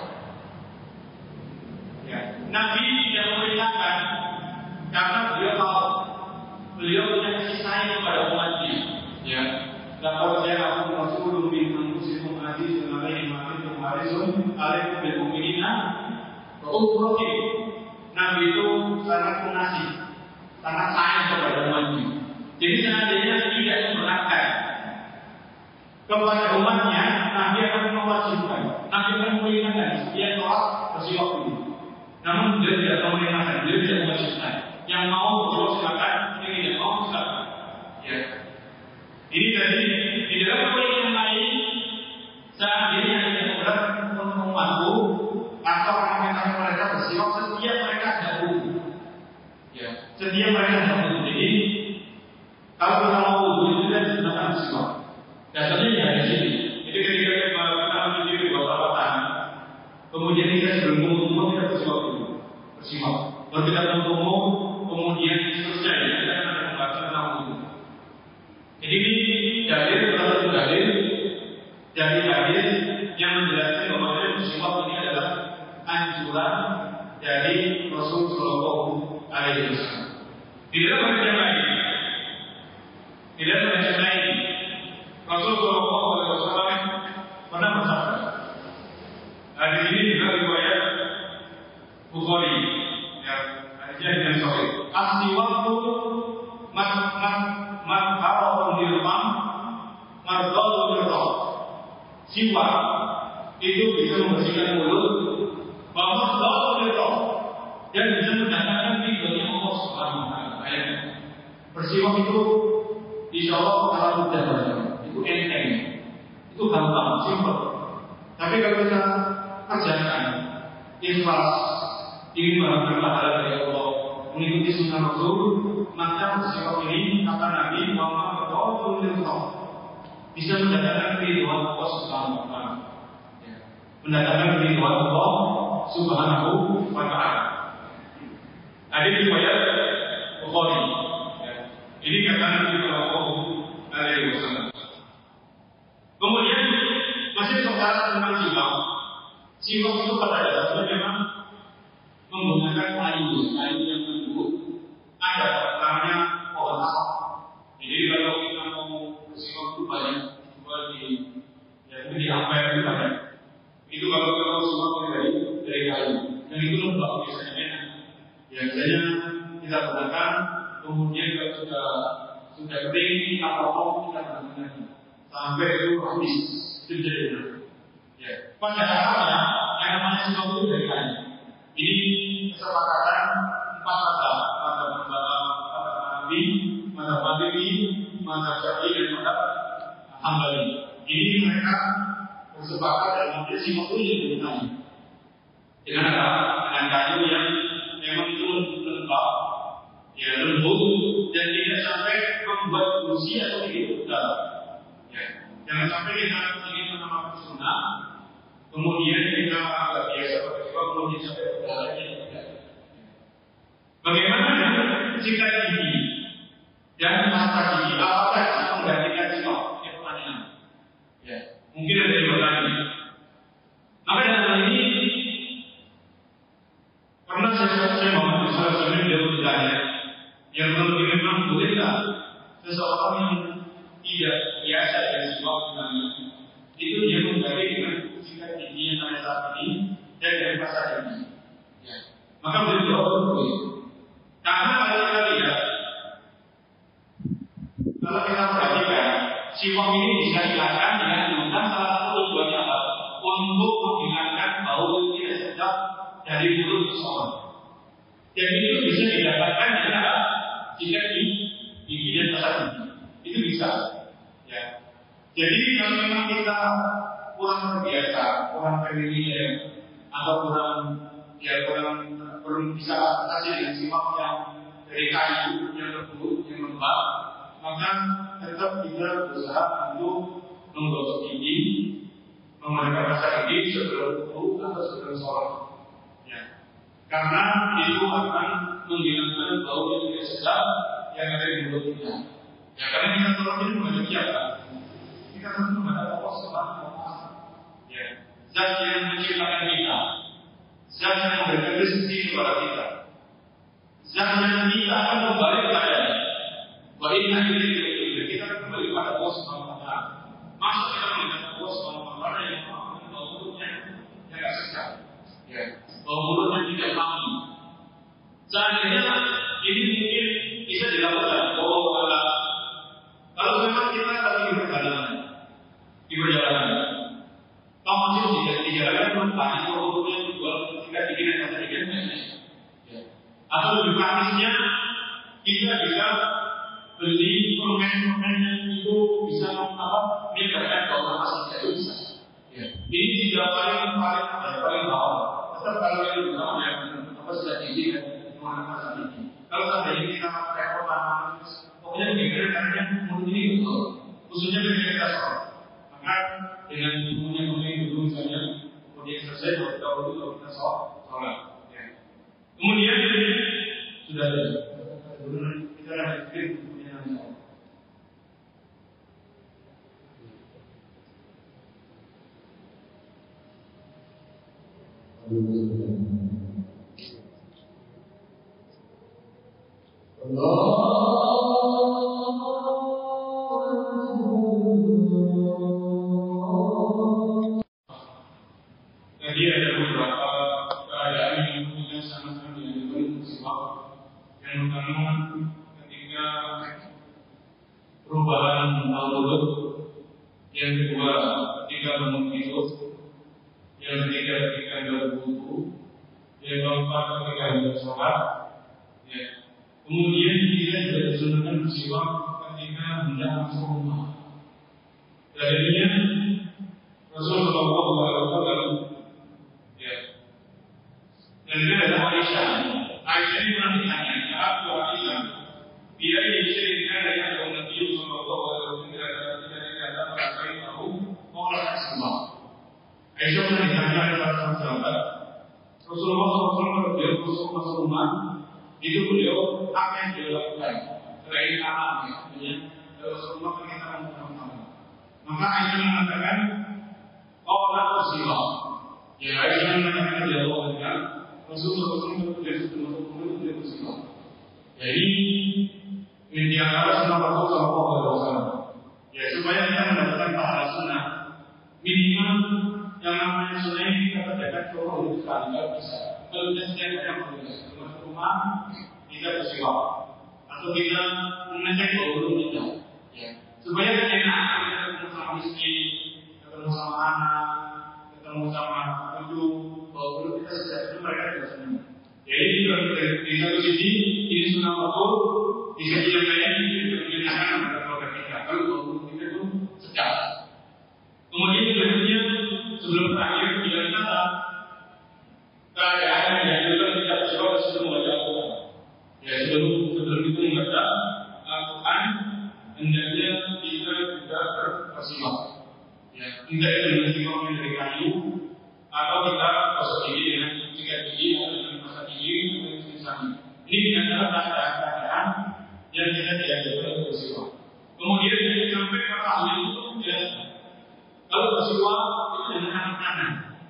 Ya, Nabi tidak memerintahkan karena beliau tahu, beliau punya kasih sayang kepada umatnya. Ya, dapat saya aku Rasulullah bin Anfusikum hadis dan alaihi ma'atum harisun alaikum bil mu'minina ra'ufur rahim. Nabi itu sangat pengasih, sangat sayang kepada umatnya. Jadi seandainya tidak memberatkan kepada umatnya, Nabi akan mewajibkan, Nabi akan memerintahkan setiap sholat bersiwak dulu. Namun beliau tidak memerintahkan, beliau tidak mewajibkan. Yang mau bersiwak silakan, yang tidak mau silakan. Ya. Ini dari di dalam poin yang lain, seandainya tidak memberatkan umatku, atau akan memerintahkan mereka bersiwak setiap mereka ada wudhu. Ya. Setiap mereka ada wudhu. Jadi kalau kita mau wudhu itu kan digunakan bersiwak. Dasarnya ya di sini. Jadi ketika kita mencuci di bawah tangan, kemudian kita sebelum ngomong kita bersiwak dulu, bersiwak. Kalau kita belum ngomong, kemudian selesai kita akan membahas tentang wudhu. Jadi ini dalil salah satu dalil dari hadis yang menjelaskan bahwa bersiwak ini adalah anjuran dari Rasulullah Shallallahu Alaihi Wasallam. Di dalam hadis yang lain, di dalam hadis yang lain, Rasulullah Shallallahu Alaihi Wasallam pernah bersabda. Hadis ini juga riwayat Bukhari. Ya, hadisnya dengan sahih. As-siwak man man man haram dirham mardul dirham. Siwak itu bisa membersihkan mulut, bahwa mardul dirham, dan bisa mendatangkan ridhonya Allah Subhanahu Wa Taala. Bersiwak itu insya Allah kalau mudah saja. Itu enteng, itu gampang, simpel. Tapi kalau kita kerjakan ikhlas, ingin mendapatkan pahala dari Allah, mengikuti sunnah Rasul, maka bersiwak ini kata Nabi Muhammad Rasulullah bisa mendatangkan keridhaan Allah Subhanahu Wa Taala, mendatangkan keridhaan Allah Subhanahu Wa Taala. Ada riwayat Bukhari. Ini kata Nabi Shallallahu Alaihi Wasallam. Kemudian masih soal tentang siwak. Siwak itu pada dasarnya memang menggunakan kayu, kayu yang empuk. Ada namanya pohon asap. Jadi kalau kita mau siwak itu banyak jual di, ya mungkin di Ampel itu banyak. Itu kalau kita mau siwak dari dari kayu, dan itu lembab biasanya enak. Ya biasanya kita gunakan, kemudian kalau sudah sudah kering kita potong, kita gunakan sampai itu habis, itu jadi enak. Ya, pada dasarnya yang namanya siwak itu dari kayu. Ini kesepakatan empat mazhab, mazhab Hanafi, mazhab Maliki, mazhab Syafi'i dan mazhab Hambali. Ini mereka bersepakat dalam prinsip itu yang kayu. Dengan apa? Dengan kayu yang memang itu lembab, ya lembut dan tidak sampai membuat gusi atau tidak dalam. Ya, jangan sampai kita ingin menambah sunnah, kemudian kita agak biasa pakai siwak, kemudian sampai berdarahnya tidak. Bagaimana dengan sikat gigi dan pasta gigi? Apakah bisa menggantikan siwak? Ini pertanyaan. Ya, mungkin ada yang bertanya. Maka dalam hal ini pernah saya saya mau salah satu dia bertanya, yang menurut memang bolehkah seseorang yang tidak biasa dengan siwak misalnya, itu dia mengganti dengan sikat gigi yang ada saat ini dan dari pasta gigi. Ya. Maka beliau boleh. Karena kalau kita lihat, kalau kita perhatikan, siwak ini bisa dilakukan dengan menggunakan salah satu tujuannya apa? Untuk menghilangkan bau yang tidak sedap dari mulut seseorang. Dan itu bisa didapatkan dengan apa? Jika di gigi dan pasta gigi, itu bisa. Ya. Jadi kalau memang kita kurang terbiasa, kurang familiar, atau kurang ya kurang belum bisa adaptasi dengan siwak yang dari kayu, yang lembut, yang lembab, maka tetap kita berusaha untuk menggosok gigi, menggunakan pasta gigi sebelum wudu atau sebelum sholat. Ya. Karena itu akan menghilangkan bau yang tidak sedap yang ada di mulut kita. Ya, karena kita sholat ini menghadapi apa? Kita harus menghadap Allah Subhanahu wa Ta'ala. Ya, zat yang menciptakan kita, zat yang memberikan rezeki kepada kita, zat yang kita akan kembali kepadanya. Bahwa ini akhirnya kita akan kembali kepada Allah Subhanahu wa Ta'ala. Masa kita melihat Allah Subhanahu wa Ta'ala yang mengatakan bahwa mulutnya yang tidak sedap, ya, bahwa mulutnya tidak wangi. Seandainya ini mungkin bisa dilakukan. Oh, Allah. Kalau memang kita lagi di perjalanan, di perjalanan, kalau masih tidak di jalan, maka itu mulutnya jual tidak dikira kata dikira, atau lebih praktisnya kita bisa beli permen-permen yang itu bisa apa? Meningkatkan bau nafas kita itu bisa. Ya. Ini tidak paling paling apa? Paling bawah. Tetap kalau yang utama yang apa sudah gigi dan nafas gigi. Kalau seandainya kita repot nafas, pokoknya dikira karena mulut ini betul, khususnya ketika kita sholat. Maka dengan punya pemilik dulu misalnya, kemudian selesai kalau kita wudhu kalau kita sholat. Ya. Kemudian sudah ada. Kita lanjutkan kemudian sholat. Jadi ada beberapa keadaan yang punya sama-sama yang bersifat. Yang pertama ketika perubahan mulut, yang kedua ketika bangun tidur, yang ketiga ketika berwudu, yang keempat ketika hendak sholat. Ya. Kemudian kita juga disunahkan bersiwak ketika hendak masuk rumah. Dalilnya Rasulullah shallallahu alaihi wasallam, ya, dan dia adalah Aisyah. Aisyah ini pernah ditanya, ya Abu Aisyah, dia diceritakan dari Nabi Shallallahu alaihi wasallam tidak ada tidak ada apa yang tahu mau lakukan semua. Aisyah pernah ditanya oleh para sahabat, Rasulullah shallallahu alaihi wasallam beliau masuk masuk rumah, itu beliau apa yang beliau lakukan? selain alam ya. Rasulullah kan kita ngomong alam. Maka Aisyah mengatakan, oh tak bersila. Ya Aisyah mengatakan dia Allah kan. Rasulullah shallallahu alaihi wasallam tidak bersila. Jadi ini antara sunnah Rasul Sallallahu Alaihi Wasallam. Ya supaya kita mendapatkan pahala sunnah, minimal yang namanya sunnah ini kita kerjakan seluruh hidup sekali kalau bisa. Kalau tidak setiap hari yang boleh. Rumah rumah kita bersiwak atau kita mengecek bau kita. Ya supaya enak kita ketemu sama istri, ketemu sama anak, ketemu sama cucu, bau kita sejak itu mereka tidak senang. Jadi di satu sisi ini sunnah Rasul, di sisi yang lain kita menyenangkan pada keluarga kita. Kalau keluarga kita itu sedap. Kemudian selanjutnya sebelum terakhir kita kata keadaan yang dianjurkan tidak bersiwak sebelum membaca Al-Quran. Ya sebelum sebelum itu membaca Al-Quran hendaknya kita juga bersiwak. Ya tidak dengan siwak yang dari kayu atau kita gosok gigi dengan sikat gigi atau dengan masak gigi atau misalnya. Ini adalah keadaan yang kita dianjurkan untuk bersiwak. Kemudian yang sampai kata ahli itu ya, kalau bersiwak itu dengan tangan kanan.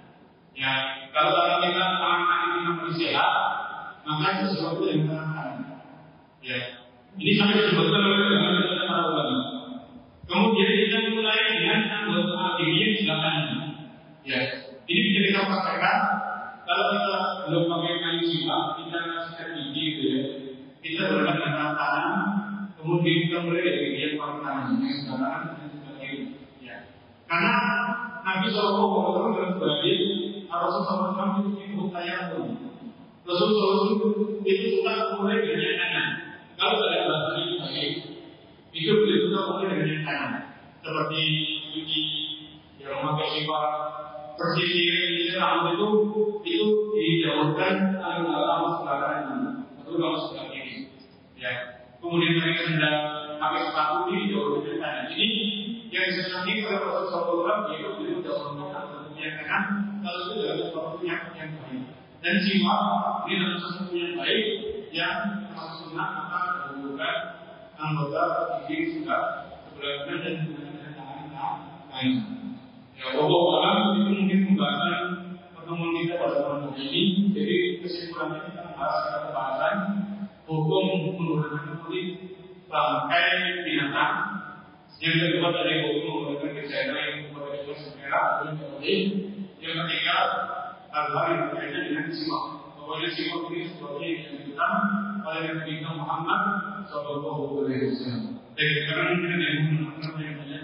Ya, kalau tangan kita tangan kanan kita masih sehat, maka bersiwak itu dengan tangan kanan. Ya, ini sampai disebutkan oleh para ulama. Kemudian kita mulai dengan anggota gigi yang sebelah kanan. Ya, ini bisa kita praktekkan. Kalau kita belum pakai kayu siwak, kita sikat gigi gitu ya. Kita berangkat dengan tangan, kemudian kita mulai dari gigi yang paling kanan, yang sebelah kanan dan sebelah kiri. Ya. Karena Nabi Shallallahu Alaihi Wasallam dalam berbagi, Rasulullah Shallallahu Alaihi Wasallam itu ikut tayamum. Rasulullah itu suka mulai dari yang kanan. Kalau ada bahasa ini baik, itu beliau suka mulai dari yang kanan. Seperti cuci, yang memakai siwak, persisir, ini rambut itu itu dijauhkan paling lama sebelah kanan atau lama sebelah kiri. Ya. Kemudian mereka hendak pakai sepatu ini jauh dari kanan. Ini yang disenangi oleh Rasulullah shallallahu alaihi wasallam yaitu beliau jauhkan untuk yang kanan. Kalau itu adalah sesuatu yang yang baik. Dan siwak ini adalah sesuatu yang baik yang termasuk sunnah maka dahulukan anggota gigi sudah sebelah kanan dan menggunakan tangan kanan. Ya, Allah alam itu mungkin pembahasan pertemuan kita pada malam ini. Jadi kesimpulannya kita membahas pada pembahasan hukum menggunakan kulit bangkai binatang. Yang kedua dari hukum menggunakan kejagaan yang kepada jelas merah atau yang yang ketiga hal-hal yang berkaitan dengan siwak. Pokoknya siwak ini sesuatu yang dianjurkan oleh Nabi Muhammad Shallallahu Alaihi Wasallam. Dan sekarang kita yang menggunakan yang banyak.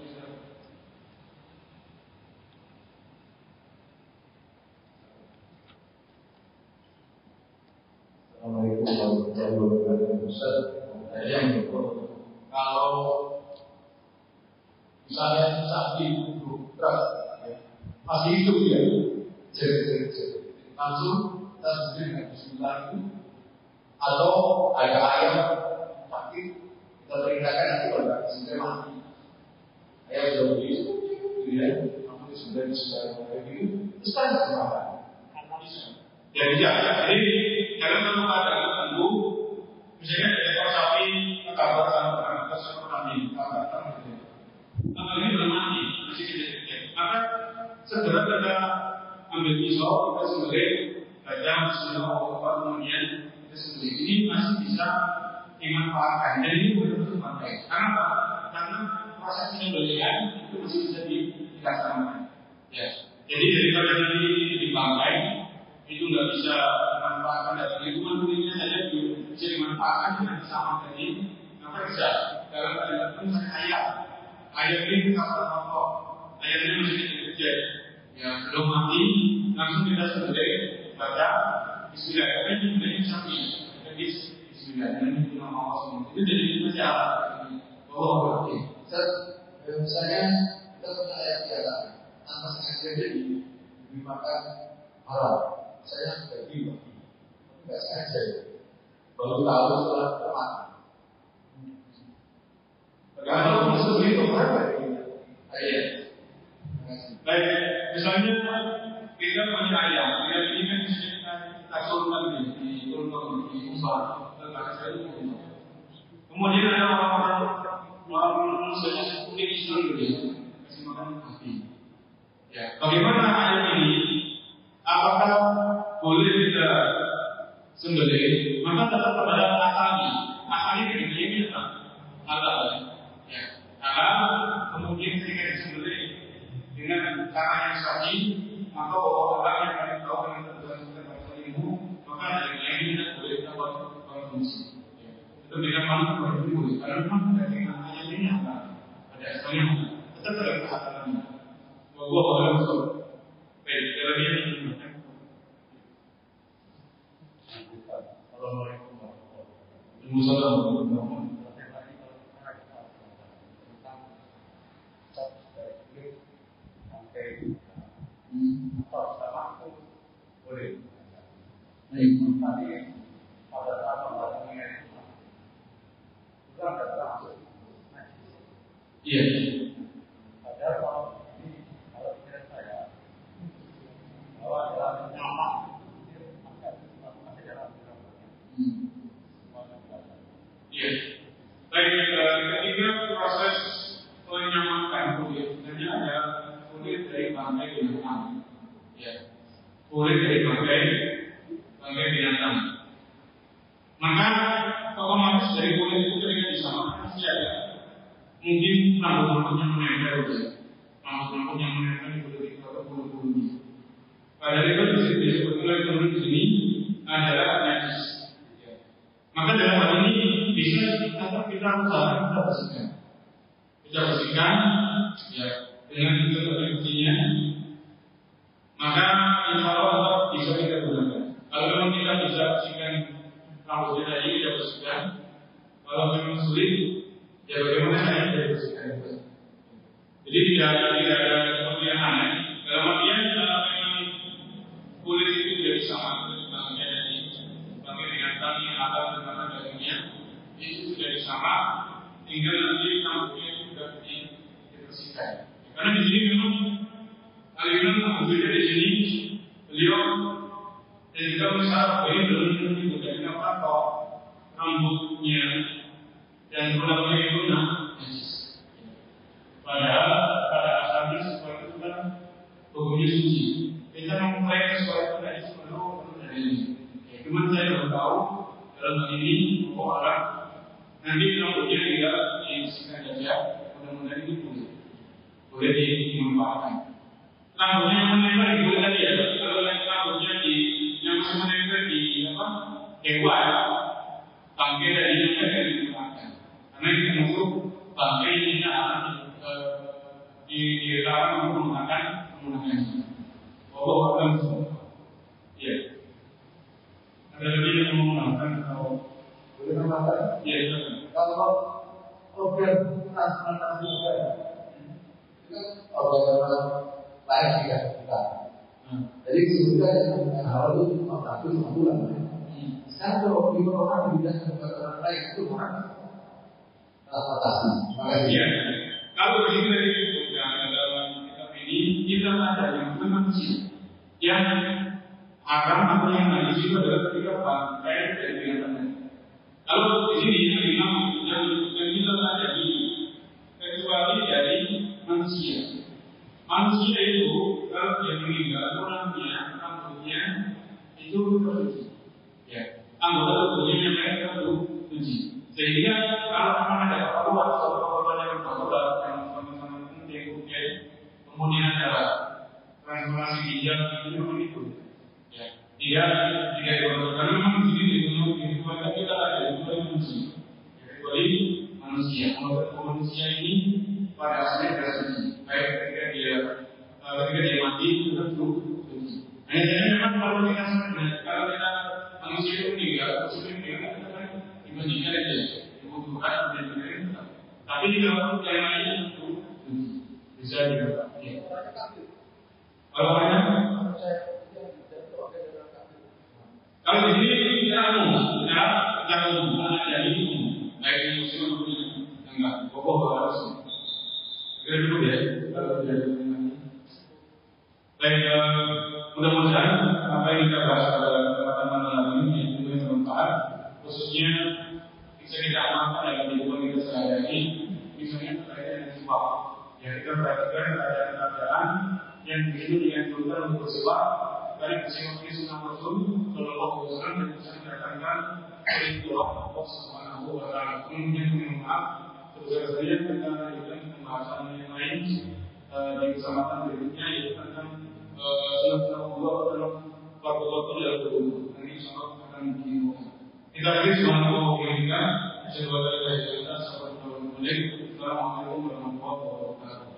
Assalamualaikum warahmatullahi wabarakatuh. Ustaz, saya yang kalau misalnya sapi itu beras, ya, masih hidup ya, jadi langsung kita sendiri dengan bismillah itu, atau ada ayam sakit kita perintahkan nanti kalau nggak bismillah mati. Ayam sudah begitu, kemudian namun sudah sudah kayak gitu, terus kan berapa? Jadi ya, jadi dalam satu keadaan tertentu, misalnya ada ekor sapi kabar sama anak sama kambing, kabar sama gitu. Maka ini belum mati, masih kecil-kecil. Maka segera kita ambil pisau, kita sembelih, baca Bismillahirrahmanirrahim, kemudian kita sembelih. Ini masih bisa dimanfaatkan. Dan ini betul-betul pakai. Karena apa? Karena proses penyembelihan itu masih bisa dilaksanakan. Ya. Jadi daripada ini dipakai, itu nggak bisa dimanfaatkan dari itu kulitnya saja bisa dimanfaatkan dengan sama tadi. Maka bisa dalam keadaan pun saya ayam, ayam ini kita pokok, ayamnya masih kecil, ya belum mati, langsung kita sembelih, baca Bismillah. Karena ini sebenarnya sapi, jadi Bismillah. Dan itu nama Allah. Itu jadi masalah. Oh berarti, misalnya kita punya ayam biasa, tanpa sengaja jadi dimakan haram. Saya sudah bilang, tidak sengaja, baru tahu setelah termakan. Kalau seperti itu apa? Ayam. Baik, misalnya kita punya ayam, ayam ini kan bisa kita turunkan di turunkan di umbar, letakkan saya di umbar. Kemudian ada orang-orang orang manusia unik Islam gitu, kasih makan kambing. Ya, bagaimana ayat ini? Apakah boleh kita sembelih? Maka tetap pada asalnya. Asalnya dengan ini apa? Halal. Ya, halal. Kemudian jika disembelih dengan cara yang sahih, maka bahwa orang yang kami tahu dengan kebenaran bahasa ilmu, maka dari yang ini tidak boleh dapat konsumsi. Itu tidak malu boleh boleh. Karena memang dari ayat ini apa? Ada asalnya. Tetap ada kehalalannya. Bahwa orang itu baik. Kalau dia menggunakan. Assalamualaikum warahmatullahi wabarakatuh. Boleh. Tapi pada saat pembahasannya itu sudah ada termasuk. Iya. Padahal kalau ini kalau pikiran saya bahwa dalam nyamak masih dalam iya. Baik, ketika proses menyamakan kulit, sebenarnya ada kulit dari bangkai binatang. Ya. Kulit dari bangkai bangkai binatang. Maka otomatis dari kulit itu ketika disamakan pasti ada mungkin rambut-rambut yang menempel ya. Rambut-rambut yang menempel di kulit itu atau bulu-bulunya. Padahal itu disebut oleh teman di sini adalah najis. Ya. Maka dalam hal ini bisa tetap kita usahakan kita bersihkan. Kita bersihkan ya dengan bukti-buktinya. Maka insya Allah bisa kita gunakan. Kalau memang kita bisa bersihkan rambut kita ini kita bersihkan. Kalau memang sulit, ya bagaimana caranya kita bersihkan itu. Jadi tidak tidak ada sesuatu yang aneh. Dalam artian kalau memang kulit itu tidak sama, maksudnya dari bangkai binatang yang atas dan mata dagingnya itu sudah disama, tinggal nanti rambutnya sudah dibersihkan. Karena di sini memang Al-Imam Al-Bukhari di sini beliau dan juga masyarakat ini belum menyebutkan kenapa kok rambutnya dan tulangnya itu najis. Padahal pada asalnya sesuatu itu kan hukumnya suci. Kita mengklaim sesuatu najis perlu perlu dari ini. Cuma saya belum tahu dalam hal ini orang nanti rambutnya tidak dibersihkan saja. Mudah-mudahan ini boleh boleh dimanfaatkan. Rambutnya yang menempel di kulit tadi ya. Kalau rambutnya di yang masih menempel di apa? Hewan, bangkai dari yang tidak dimanfaatkan. Karena itu termasuk bangkai yang tidak akan dilarang untuk menggunakan menggunakannya. Oh, akan iya. Ada lagi yang mau menggunakan atau boleh menggunakan? Iya, silakan. Kalau program transplantasi juga ya, itu organ lain tidak kita. Hmm. Jadi sebetulnya yang awal itu lima ratus lima bulan. Hmm. Sekarang kalau di orang tidak sebagai orang lain itu orang transportasi. Makanya. Iya. Kalau begitu dari yang dalam kitab ini kita ada yang manusia yang haram atau yang najis itu adalah ketika bangkai dari binatang. Kalau di sini Imam yang yang kita ada di kecuali dari manusia. Manusia itu kalau dia meninggal tulangnya, rambutnya itu tersuci. Ya, anggota tubuhnya yang lain tersuci. Sehingga kalau memang ada keperluan atau keperluan yang berbahaya yang sama-sama penting, kemudian ada transplantasi ginjal itu memang itu. Ya, dia tidak diperlukan memang di sini di keluarga kita ada dua manusia. Kecuali manusia, anggota manusia ini pada asalnya tersuci. Baik ketika dia ketika dia mati itu tersuci. Nah, jadi memang kalau kita kalau kita manusia itu meninggal, manusia meninggal kita kan dibandingkan aja, dibutuhkan dan diberikan. Tapi di dalam yang lain itu bisa juga. Kalau mana? Kalau di sini kita umum, kita jangan ada jadi baik di muslim maupun enggak. Pokok harus. Kita dulu ya. Kalau tidak baik, mudah-mudahan apa yang kita bahas pada kesempatan malam ini itu bermanfaat, khususnya bisa kita amalkan dalam bersifat. Ya kita perhatikan keadaan-keadaan yang begitu dianjurkan untuk bersifat dari bersifat Sunnah Rasul Sallallahu Alaihi Wasallam dan bisa dikatakan perintah Allah Subhanahu Wa Taala. Kemudian maaf sebesar saja kita lanjutkan pembahasan yang lain di kesempatan berikutnya yaitu tentang Sunnah Allah dalam waktu-waktu yang berbeda. Nanti insyaallah akan dimulai. Kita beri semangat kita. Assalamualaikum warahmatullahi wabarakatuh.